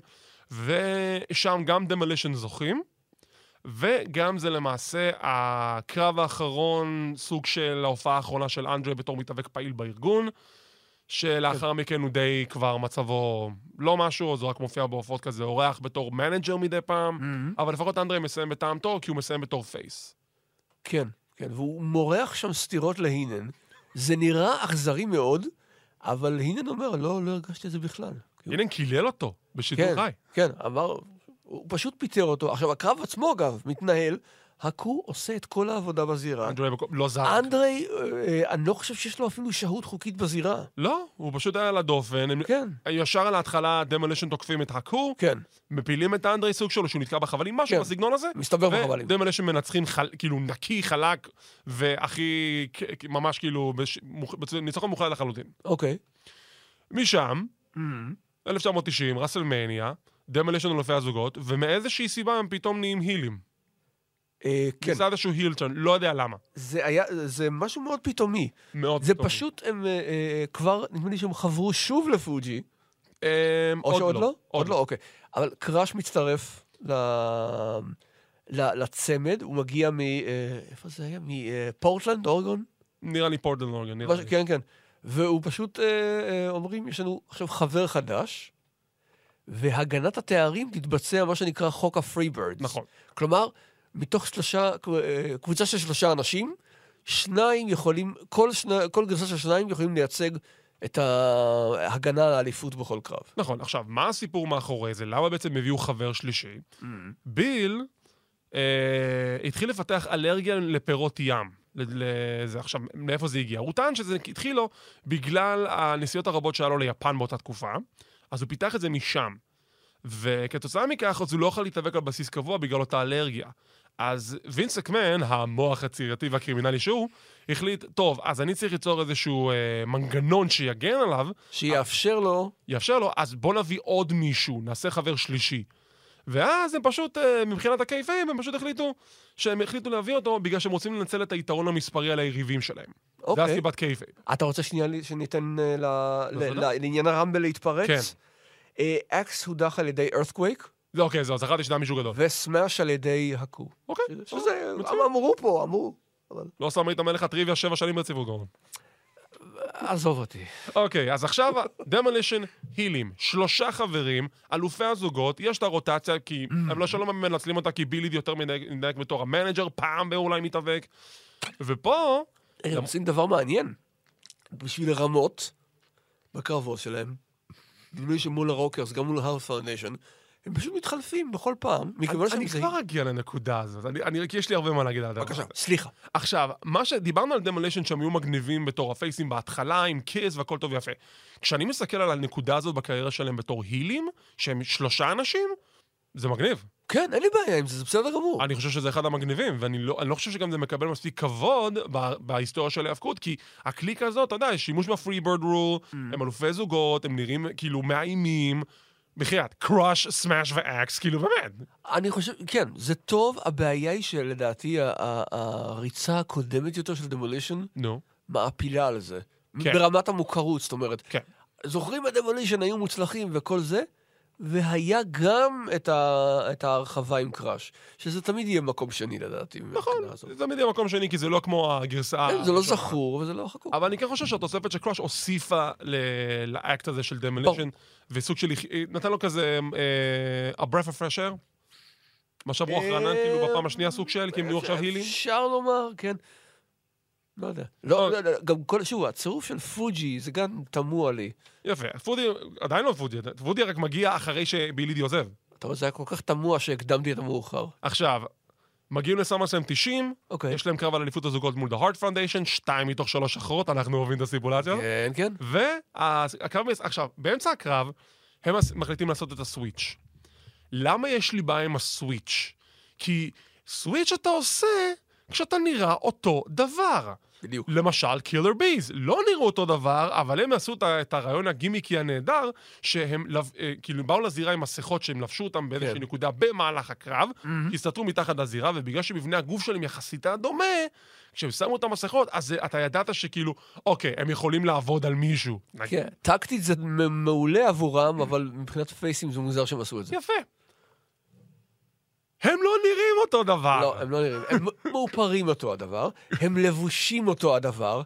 ושם גם דמולישן זוכים, וגם זה למעשה הקרב האחרון, סוג של ההופעה האחרונה של אנדרי בתור מתאבק פעיל בארגון, שלאחר מכן הוא די כבר מצבו לא משהו, אז הוא רק מופיע בהופעות כזה, אורח בתור מנג'ר מדי פעם, mm-hmm. אבל לפחות אנדרי מסיים בטעם טוב, כי הוא מסיים בתור פייס. כן, כן, והוא מורח שם סתירות להינן. זה נראה אכזרי מאוד, אבל הינן אומר, לא, לא הרגשתי את זה בכלל. הינן קילל אותו בשידור כן, חי. כן, אמר, הוא פשוט פיטר אותו. עכשיו, הקרב עצמו, אגב, מתנהל, הקו עושה את כל העבודה בזירה. אנדרי לא זרק. אנדרי, אה, אני לא חושב שיש לו אפילו שהות חוקית בזירה. לא, הוא פשוט היה על הדופן. כן. ישר על ההתחלה, דמולישן תוקפים את הקו. כן. מפילים את האנדרי סוג שלו, שהוא נתקע בחבלים, משהו כן. בסגנון הזה. מסתבר בחבלים. ודמולישן מנצחים חל, כאילו נקי, חלק, והכי, ממש כאילו, בש, מוכ, ניצחון מוכלל לחלוטין. אוקיי. משם, Mm-hmm. אלף תשע מאות תשעים, רסלמניה, דמולישן אלופי הזוגות, ומאיזושהי סיבה הם פתאום נהיים הילים. אה, כן. ניסה איזשהו הילטון, לא יודע למה. זה היה, זה משהו מאוד פתאומי. מאוד זה פתאומי. פשוט, הם אה, אה, כבר, נדמה לי שהם חברו שוב לפוג'י. אה, או שעוד לא. לא? עוד לא, אוקיי. אבל קראש מצטרף ל... ל... לצמד, הוא מגיע מ... אה, איפה זה היה? מפורטלנד, אורגון? נראה לי פורטלנד, אורגון, נראה לי. כן, כן. והוא פשוט, אה, אה, אומרים, יש לנו עכשיו חבר חדש, והגנת התארים תתבצע מה שנקרא חוק הפרי בירדס. נכון. כלומר, מתוך שלושה, קבוצה של שלושה אנשים, שניים יכולים, כל, שני, כל גרסה של שניים יכולים לייצג את ההגנה על האליפות בכל קרב. נכון, עכשיו, מה הסיפור מאחורי זה? למה בעצם הביאו חבר שלישי? Mm. ביל אה, התחיל לפתח אלרגיה לפירות ים. לזה, עכשיו, מאיפה זה הגיע? הוא טען שזה התחיל לו בגלל הנסיעות הרבות שהיה לו ליפן באותה תקופה, אז הוא פיתח את זה משם. וכתוצאה מכך, אז הוא לא יכול להתאבק על בסיס קבוע בגלל אותה אלרגיה. אז וינס מקמן, המוח הצעירתי והקרימינלי שהוא, החליט, טוב, אז אני צריך ליצור איזשהו אה, מנגנון שיגן עליו. שיאפשר לו. יאפשר לו, אז בוא נביא עוד מישהו, נעשה חבר שלישי. ואז הם פשוט, אה, מבחינת הקייפים, הם פשוט החליטו, שהם החליטו להביא אותו בגלל שהם רוצים לנצל את היתרון המספרי על היריבים שלהם. אוקיי. זה הסיבת קייפים. אתה רוצה שנייה שניתן uh, ל... ל... ל... לעניין הרמבל להתפרץ? כן. אקס הודח על ידי Earthquake. זה אוקיי, זהו, זכרתי שזה מישהו גדול. וסמאש על ידי הקו. אוקיי. שזה, אמרו פה, אמרו. לא שם ראית מלך הטריוויה שבע שנים ברציפות, גורם. עזוב אותי. אוקיי, אז עכשיו, דמולישן הילים, שלושה חברים, אלופי הזוגות, יש את הרוטציה, כי הם לא שלא מנצלים אותה, כי ביליד יותר מדייק בתור המנג'ר, פעם באולי מתאבק. ופה... הם עושים דבר מעניין. בשביל לרמות בקרבות שלהם, נדמה לי שמול הרוקרס, גם מול ההארט פאונדיישן, הם פשוט מתחלפים בכל פעם. אני כבר אגיע לנקודה הזאת, כי יש לי הרבה מה להגיד על הדבר. בבקשה, סליחה. עכשיו, מה שדיברנו על דמולישן שהם היו מגניבים בתור הפייסים בהתחלה, עם קיס והכל טוב ויפה. כשאני מסתכל על הנקודה הזאת בקריירה שלהם בתור הילים, שהם שלושה אנשים, זה מגניב. כן, אין לי בעיה עם זה, זה בסדר גמור. אני חושב שזה אחד המגניבים, ואני לא, אני לא חושב שגם זה מקבל מספיק כבוד בהיסטוריה של ההאבקות, כי הקליקה הזאת, אתה יודע, שימוש בפרי בירד רול, הם אלופי זוגות, הם נראים כאילו מאיימים, בחייאת, קראש, סמאש ואקס, כאילו באמת. אני חושב, כן, זה טוב, הבעיה היא שלדעתי הריצה הקודמת יותר של דמולישן, נו. מעפילה על זה. כן. ברמת המוכרות, זאת אומרת. כן. זוכרים הדמולישן היו מוצלחים וכל זה, והיה גם את, ה... את ההרחבה עם קראש, שזה תמיד יהיה מקום שני לדעתי. נכון, זה תמיד יהיה מקום שני, כי זה לא כמו הגרסה... כן, זה לא זכור וזה לא חכור. אבל אני כן חושב שהתוספת של קראש הוסיפה ל... לאקט הזה של דמולישן, וסוג של... נתן לו כזה... a breath of fresh air? משב רוח רענן, כאילו בפעם השנייה סוג של, כי הם נהיו עכשיו הילים? אפשר לומר, כן. לא יודע. לא, לא, לא, גם כל... שוב, הצירוף של פוג'י, זה גם תמוה לי. יפה, פודי, עדיין לא פודי, פודי רק מגיע אחרי שבילידי עוזב. אתה רואה, זה היה כל כך תמוה שהקדמתי את המאוחר. עכשיו, מגיעים לסמרסלאם תשעים, אוקיי. יש להם קרב על אליפות הזוגות מול The Heart Foundation, שתיים מתוך שלוש אחרות, אנחנו אוהבים את הסיפולציה. כן, כן. והקרב, עכשיו, באמצע הקרב, הם מחליטים לעשות את הסוויץ'. למה יש לי בעיה עם הסוויץ'? כי סוויץ' אתה עושה כשאתה נראה אותו דבר. בדיוק. למשל, קילר ביז, לא נראו אותו דבר, אבל הם עשו את הרעיון הגימיקי הנהדר, שהם כאילו באו לזירה עם מסכות שהם לבשו אותם באיזושהי כן. נקודה במהלך הקרב, mm-hmm. הסתתרו מתחת לזירה, ובגלל שמבנה הגוף שלהם יחסית דומה, כשהם שמו את המסכות, אז אתה ידעת שכאילו, אוקיי, הם יכולים לעבוד על מישהו. כן, טקטית זה מעולה עבורם, אבל מבחינת פייסים זה מוזר שהם עשו את זה. יפה. הם לא נראים אותו דבר. לא, הם לא נראים. הם מאופרים אותו הדבר, הם לבושים אותו הדבר,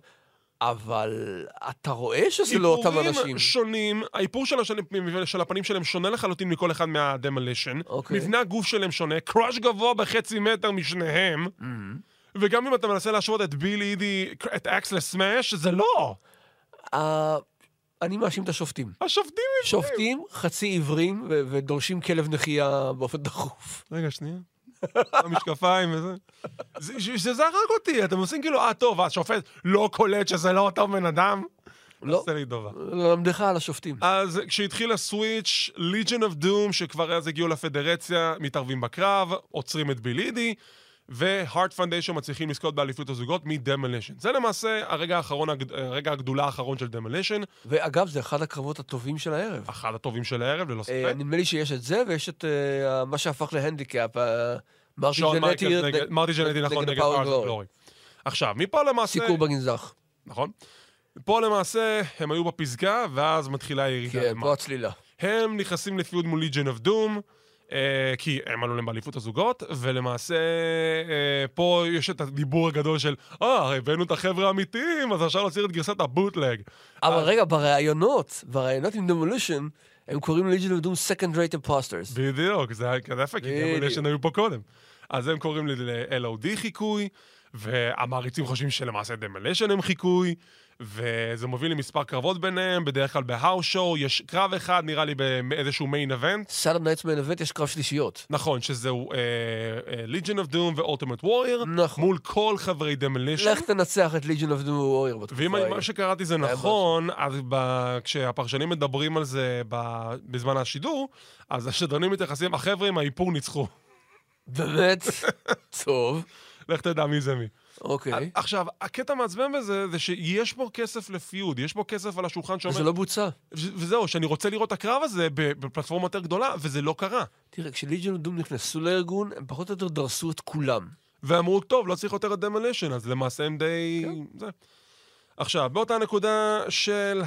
אבל אתה רואה שזה לא אותם אנשים. איפורים שונים, האיפור של, השנים, של הפנים שלהם שונה לחלוטין מכל אחד מהדמולישן. אוקיי. מבנה הגוף שלהם שונה, קראש גבוה בחצי מטר משניהם, Mm-hmm. וגם אם אתה מנסה להשוות את ביל אידי, את אקס לסמאש, זה לא. Uh, אני מאשים את השופטים. השופטים שופטים, חצי עיוורים, ו- ודורשים כלב נחייה באופן דחוף. רגע, שנייה. המשקפיים וזה. זה, זה, זה הרג אותי, אתם עושים כאילו, אה, טוב, השופט לא קולט שזה לא אותו בן אדם. לא. עושה לי טובה. למדך על השופטים. אז כשהתחיל הסוויץ', Legion of Doom, שכבר אז הגיעו לפדרציה, מתערבים בקרב, עוצרים את בילידי, ו-Heart Foundation מצליחים לזכות באליפות הזוגות מ-Demolition. זה למעשה הרגע האחרון, הרגע הגדולה האחרון של Demolition. ואגב, זה אחד הקרבות הטובים של הערב. אחד הטובים של הערב, ללא ספק. נדמה לי שיש את זה, ויש את מה שהפך להנדיקאפ, מרטי ג'נטי מרטי ג'נטי, נכון, נגד פאוור גלורי. עכשיו, מפה למעשה... סיקור בגנזך. נכון. פה למעשה הם היו בפסגה, ואז מתחילה הירידה. כן, פה הצלילה. הם נכנסים לפיוד מול Legion of Doom, Uh, כי הם עלו להם באליפות הזוגות, ולמעשה uh, פה יש את הדיבור הגדול של אה, ah, הבאנו את החבר'ה האמיתיים, אז אפשר להוציא את גרסת הבוטלג. אבל אז... רגע, בראיונות, בראיונות עם Demolition, הם קוראים Legion of Doom Second Rate Imposters. בדיוק, זה היה כזה יפה, כי Demolition היו פה קודם. אז הם קוראים ל-אל או די חיקוי, והמעריצים חושבים שלמעשה Demolition הם חיקוי, וזה מוביל למספר קרבות ביניהם, בדרך כלל בהאוס שואו, יש קרב אחד, נראה לי באיזשהו מיין אבנט. סאלם נייטס מיין אבנט יש קרב שלישיות. נכון, שזהו Legion of Doom ו-Ultimate Warrior, נכון. מול כל חברי Demolition. לך תנצח את Legion of Doom ו-Warrior בתקופה. ואם מה שקראתי זה נכון, אז כשהפרשנים מדברים על זה בזמן השידור, אז השדרנים מתייחסים, החבר'ה עם האיפור ניצחו. באמת? טוב. לך תדע מי זה מי. אוקיי. עכשיו, הקטע מעצבן בזה, זה שיש פה כסף לפיוד, יש פה כסף על השולחן שאומר... וזה לא בוצע. וזהו, שאני רוצה לראות את הקרב הזה בפלטפורמה יותר גדולה, וזה לא קרה. תראה, כשליג'ן ודום נכנסו לארגון, הם פחות או יותר דרסו את כולם. ואמרו, טוב, לא צריך יותר את Demolition, אז למעשה הם די... זה. עכשיו, באותה נקודה של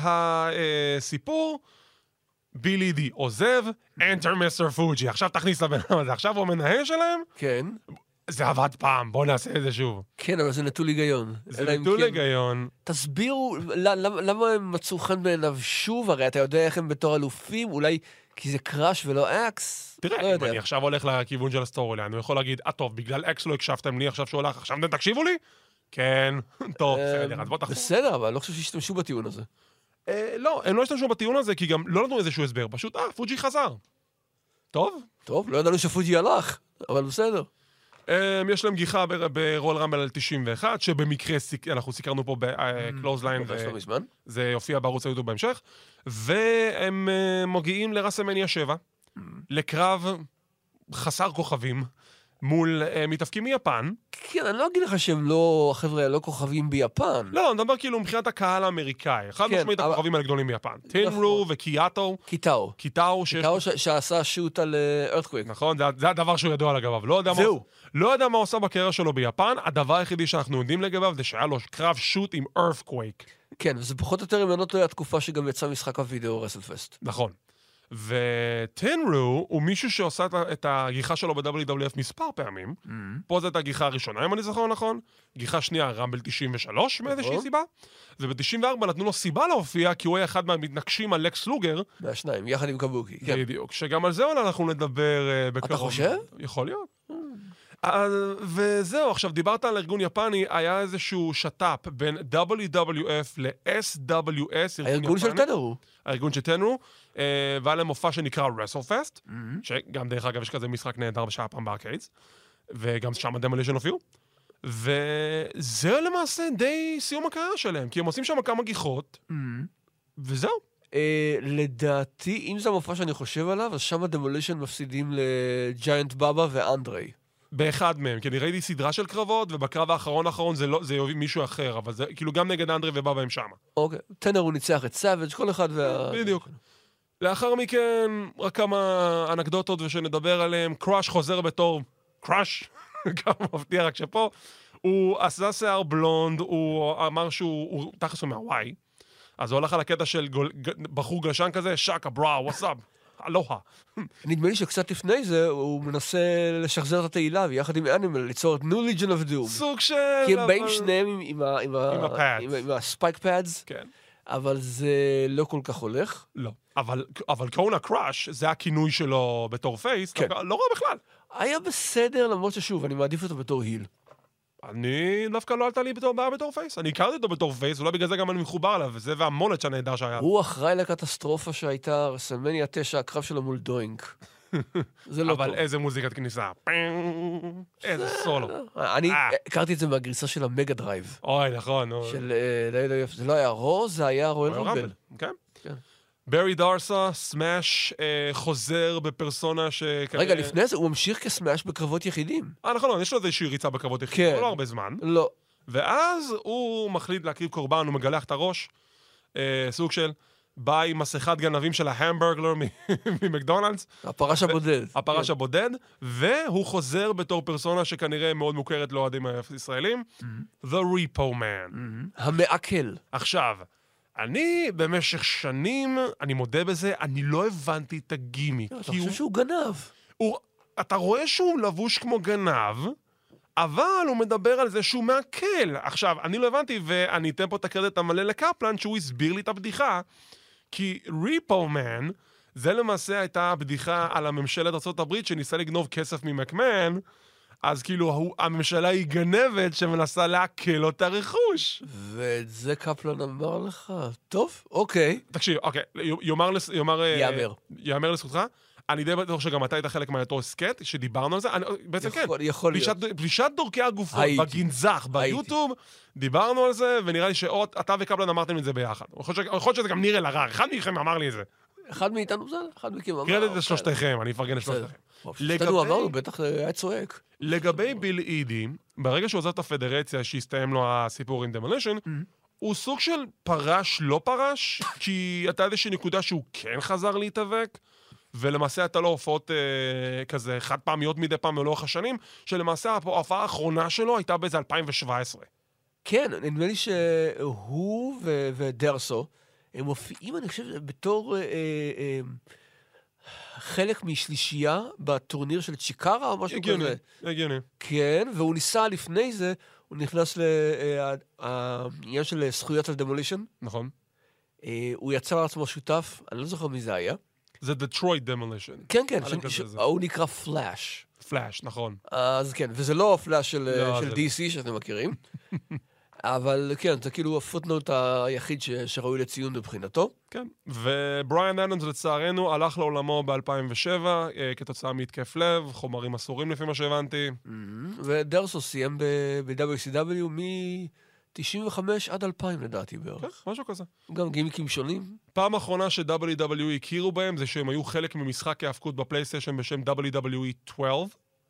הסיפור, בילי די עוזב, Enter מיסטר פוג'י. עכשיו תכניס לבן אדם הזה, עכשיו הוא המנהל שלהם. כן. זה עבד פעם, בוא נעשה את זה שוב. כן, אבל זה נטול היגיון. זה נטול היגיון. תסבירו, למה הם מצאו חן בעיניו שוב? הרי אתה יודע איך הם בתור אלופים, אולי כי זה קראש ולא אקס? תראה, אם אני עכשיו הולך לכיוון של הסטורי, אני יכול להגיד, אה טוב, בגלל אקס לא הקשבתם לי, עכשיו שהוא הולך, עכשיו אתם תקשיבו לי? כן, טוב, בסדר, אז בוא תחזור. בסדר, אבל אני לא חושב שהשתמשו בטיעון הזה. לא, הם לא השתמשו בטיעון הזה, כי גם לא נתנו איזשהו הסבר, פשוט, אה, פוג'י חזר. טוב? טוב, לא ידענו שפוג'י הלך, אבל בסדר. יש להם גיחה ברול רמבל על תשעים ואחת, שבמקרה אנחנו סיקרנו פה בקלוזליין, זה יופיע בערוץ היוטיוב בהמשך, והם מגיעים לרסלמניה שבע, לקרב חסר כוכבים, מול מתאבקים מיפן. כן, אני לא אגיד לך שהם לא, החבר'ה, לא כוכבים ביפן. לא, אני מדבר כאילו מבחינת הקהל האמריקאי. אחד משמעית הכוכבים הגדולים ביפן. טינרו וקיאטו. קיטאו. קיטאו. קיטאו שעשה שוט על ארת'קוויק. נכון, זה הדבר שהוא ידוע לגביו. זהו. לא יודע מה הוא עושה בקריירה שלו ביפן, הדבר היחידי שאנחנו יודעים לגביו זה שהיה לו קרב שוט עם ארת'קוויק. כן, וזה פחות או יותר אם אני לא טועה התקופה שגם יצא משחק הווידאו רסלפסט. נכון. וטנרו הוא מישהו שעושה את הגיחה שלו ב-דאבליו דאבליו אף מספר פעמים. פה זאת הגיחה הראשונה, אם אני זוכר נכון. גיחה שנייה, רמבל תשעים ושלוש מאיזושהי סיבה. וב-תשעים וארבע נתנו לו סיבה להופיע, כי הוא היה אחד מהמתנגשים על לקס לוגר. מהשניים, יחד עם קבוקי. בדיוק, שגם על זה אולי אנחנו נדבר בקרוב. אתה חושב? יכול להיות. וזהו, עכשיו דיברת על ארגון יפני, היה איזשהו שטאפ בין דאבליו דאבליו אף ל-אס דאבליו אס, הארגון של טנרו. הארגון של טנרו, והיה להם מופע שנקרא רסלפסט, שגם דרך אגב יש כזה משחק נהדר בשעה פעם בארקיידס, וגם שם הדמולישן הופיעו, וזה למעשה די סיום הקריירה שלהם, כי הם עושים שם כמה גיחות, וזהו. לדעתי, אם זה המופע שאני חושב עליו, אז שם הדמולישן מפסידים לג'יינט באבא ואנדרי. באחד מהם, כי אני ראיתי סדרה של קרבות, ובקרב האחרון האחרון זה לא, זה יוביל מישהו אחר, אבל זה כאילו גם נגד אנדרי ובאבא הם שם. אוקיי, טנר הוא ניצח את סאביג' כל אחד וה... בדיוק. לאחר מכן, רק כמה אנקדוטות ושנדבר עליהם, קראש חוזר בתור קראש, כמה מפתיע רק שפה, הוא עשה שיער בלונד, הוא אמר שהוא תכף הוא מהוואי, אז הוא הולך על הקטע של גול, בחור גלשן כזה, שקה בראו, וואסאב. אלוהה. נדמה לי שקצת לפני זה הוא מנסה לשחזר את התהילה ויחד עם אנימל ליצור את ניו ליג'ן אוף דום. סוג של... כי הם באים שניהם עם הספייק פאדס. כן. אבל זה לא כל כך הולך. לא. אבל קונה קראש, זה הכינוי שלו בתור פייס, לא רע בכלל. היה בסדר, למרות ששוב, אני מעדיף אותו בתור היל. אני דווקא לא עלתה לי בעיה בתור פייס. אני הכרתי אותו בתור פייס, אולי בגלל זה גם אני מחובר עליו, וזה והמולת שהנהדר שהיה. הוא אחראי לקטסטרופה שהייתה רסלמניה תשע, הקרב שלו מול דוינק. זה לא טוב. אבל איזה מוזיקת כניסה. איזה סולו. אני הכרתי את זה מהגריסה של המגה דרייב. אוי, נכון. זה לא היה רו, זה היה רואל רמבל. כן. ברי דארסה, סמאש, חוזר בפרסונה ש... רגע, לפני זה הוא ממשיך כסמאש בקרבות יחידים. אה, נכון, יש לו איזושהי ריצה בקרבות יחידים, לא הרבה זמן. לא. ואז הוא מחליט להקריב קורבן, הוא מגלח את הראש, סוג של בא עם מסכת גנבים של ההמברגלר ממקדונלדס. הפרש הבודד. הפרש הבודד, והוא חוזר בתור פרסונה שכנראה מאוד מוכרת לאוהדים הישראלים, The Repo Man. המעכל. עכשיו, אני במשך שנים, אני מודה בזה, אני לא הבנתי את הגימיק. אתה חושב שהוא גנב. אתה רואה שהוא לבוש כמו גנב, אבל הוא מדבר על זה שהוא מעכל. עכשיו, אני לא הבנתי, ואני אתן פה את הקרדיט המלא לקפלן, שהוא הסביר לי את הבדיחה, כי ריפו מן, זה למעשה הייתה בדיחה על הממשלת ארצות הברית, שניסה לגנוב כסף ממקמן, אז כאילו הממשלה היא גנבת שמנסה להקל אותה רכוש. ואת זה קפלן אמר לך. טוב, אוקיי. תקשיב, אוקיי, יאמר... יאמר. יאמר לזכותך. אני די בטוח שגם אתה היית חלק מהיותו סקט, שדיברנו על זה. בעצם כן. יכול להיות. פלישת דורכי הגופות, בגנזך, ביוטיוב, דיברנו על זה, ונראה לי שאתה וקפלן אמרתם את זה ביחד. יכול להיות שזה גם ניר אלהרר. אחד מכם אמר לי את זה. אחד מאיתנו זה, אחד מכם אמר. קרדיט לשלושתכם, אני אפרגן לשלושתכם. שתנו אמרנו, בטח היה צועק. לגבי ביל אידי, ברגע שהוא עוזב את הפדרציה שהסתיים לו הסיפור עם דמולישן, הוא סוג של פרש לא פרש, כי אתה איזושהי נקודה שהוא כן חזר להתאבק, ולמעשה אתה לא הופעות אה, כזה חד פעמיות מדי פעם מלאורך השנים, שלמעשה ההופעה האחרונה שלו הייתה באיזה אלפיים שבע עשרה. כן, נדמה לי שהוא ו- ודרסו, הם מופיעים, אני חושב, בתור... אה, אה, חלק משלישייה בטורניר של צ'יקרה או משהו הגיוני, כזה. הגיוני. כן, והוא ניסה לפני זה, הוא נכנס לעניין של זכויות על דמולישן. נכון. הוא יצא לעצמו שותף, אני לא זוכר מי זה היה. זה Detroit Demolition. כן, כן, חלק ש- כזה זה. הוא נקרא פלאש. פלאש, נכון. אז כן, וזה לא הפלאש של, לא, של זה די סי שאתם מכירים. אבל כן, זה כאילו הפוטנוט היחיד ש- שראוי לציון מבחינתו. כן. ובריאן אדמס לצערנו הלך לעולמו ב-אלפיים ושבע, אה, כתוצאה מהתקף לב, חומרים אסורים לפי מה שהבנתי. ודרסו סיים ב-דאבליו סי דאבליו מ-תשעים וחמש עד אלפיים לדעתי בערך. כן, משהו כזה. גם גימיקים שונים. פעם אחרונה ש-דאבליו דאבליו אי הכירו בהם זה שהם היו חלק ממשחק ההאבקות בפלייסטיישן בשם דאבליו דאבליו אי שתים עשרה.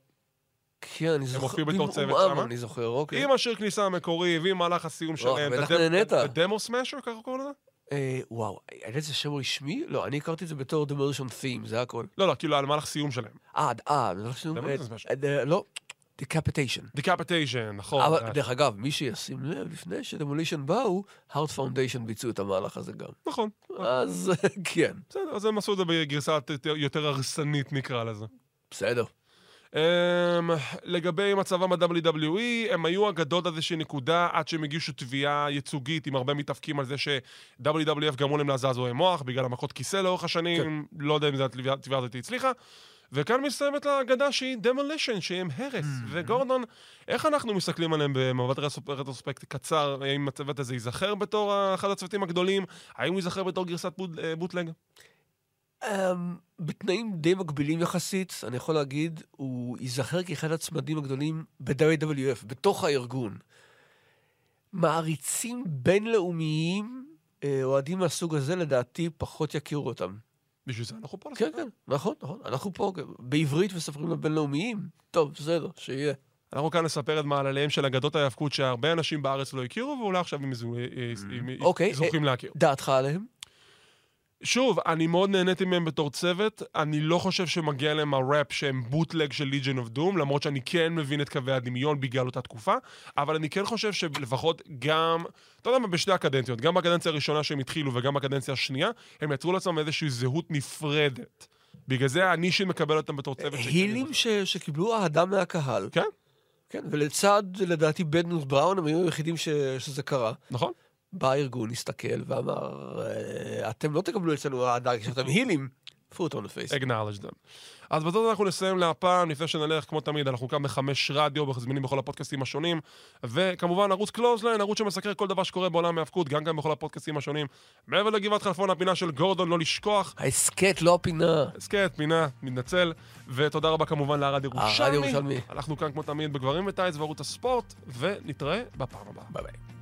כן, אני זוכר. הופיעו בתור צוות במעומעם, שמה? אני זוכר, אוקיי. עם השיר כניסה המקורי, ועם מהלך הסיום שלהם. בטח את הד- נהנית. את הדמו סמאשר, ככה קוראים לזה? אה, וואו, היה איזה שם רשמי? לא, אני הכרתי את זה בתור Demolition Theme, זה הכל. לא, לא, כאילו על מהלך סיום שלהם. אה, אה, זה לא שום... Demolition Smash. אה, אה, לא, Decapitation. דיקפיטיישן, נכון. אבל זה- דרך אגב, מי שישים לב, לפני שדמולישן באו, Heart Foundation ביצעו את המהלך הזה גם. נכון. אז כן, בסדר, אז הם עשו את זה בגרסה יותר- יותר הרסנית, נקרא לזה. בסדר. Um, לגבי מצבם ב-דאבליו דאבליו אי, הם היו אגדות עד איזושהי נקודה עד שהם הגישו תביעה ייצוגית עם הרבה מתאפקים על זה ש-דאבליו דאבליו אף גרמו להם לעזעזועי מוח בגלל המכות כיסא לאורך השנים, כן. לא יודע אם התביעה התביעה הזאת הצליחה. וכאן מסתיימת לאגדה שהיא דמולישן, שהם הרס. וגורדון, איך אנחנו מסתכלים עליהם במבט רטרוספקט קצר? האם הצוות הזה ייזכר בתור אחד הצוותים הגדולים? האם הוא ייזכר בתור גרסת בוט- בוטלג? Um, בתנאים די מקבילים יחסית, אני יכול להגיד, הוא ייזכר כאחד הצמדים הגדולים ב-דאבליו דאבליו אף, בתוך הארגון. מעריצים בינלאומיים, אה, אוהדים מהסוג הזה, לדעתי, פחות יכירו אותם. בשביל זה אנחנו פה. כן, כן, נכון, נכון. אנחנו פה בעברית מספרים לבינלאומיים. טוב, בסדר, שיהיה. אנחנו כאן לספר את מעלליהם של אגדות ההיאבקות שהרבה אנשים בארץ לא הכירו, ואולי עכשיו הם זו- הם אוקיי, זוכים להכיר. דעתך עליהם? שוב, אני מאוד נהניתי מהם בתור צוות, אני לא חושב שמגיע להם הראפ שהם בוטלג של ליג'ן אוף דום, למרות שאני כן מבין את קווי הדמיון בגלל אותה תקופה, אבל אני כן חושב שלפחות גם, אתה יודע מה, בשתי הקדנציות, גם בקדנציה הראשונה שהם התחילו וגם בקדנציה השנייה, הם יצרו לעצמם איזושהי זהות נפרדת. בגלל זה אני שמקבל אותם בתור צוות. הילים ש- שקיבלו אהדה מהקהל. כן, כן, ולצד, לדעתי, בד ניוז בראון, הם היו היחידים ש- שזה קרה. נכון. בא הארגון, הסתכל ואמר, "אה, אתם לא תקבלו אצלנו אהדה כשאתם הילים, פוט און הפייס. acknowledge them. אז בזאת אנחנו נסיים להפעם, לפני שנלך, כמו תמיד, אנחנו כאן בחמש רדיו, זמינים בכל הפודקאסטים השונים, וכמובן ערוץ קלוזליין, ערוץ שמסקר כל דבר שקורה בעולם ההאבקות, גם כאן בכל הפודקאסטים השונים. מעבר לגבעת חלפון, הפינה של גורדון, לא לשכוח. ההסקט, לא הפינה. הסקט, פינה, מתנצל, ותודה רבה כמובן לארד הרדיו ירושלמי. ירושלמי. אנחנו כאן כמו תמיד בגברים וטייץ וערוץ הספורט, ונתראה בפעם הבאה. ביי ביי.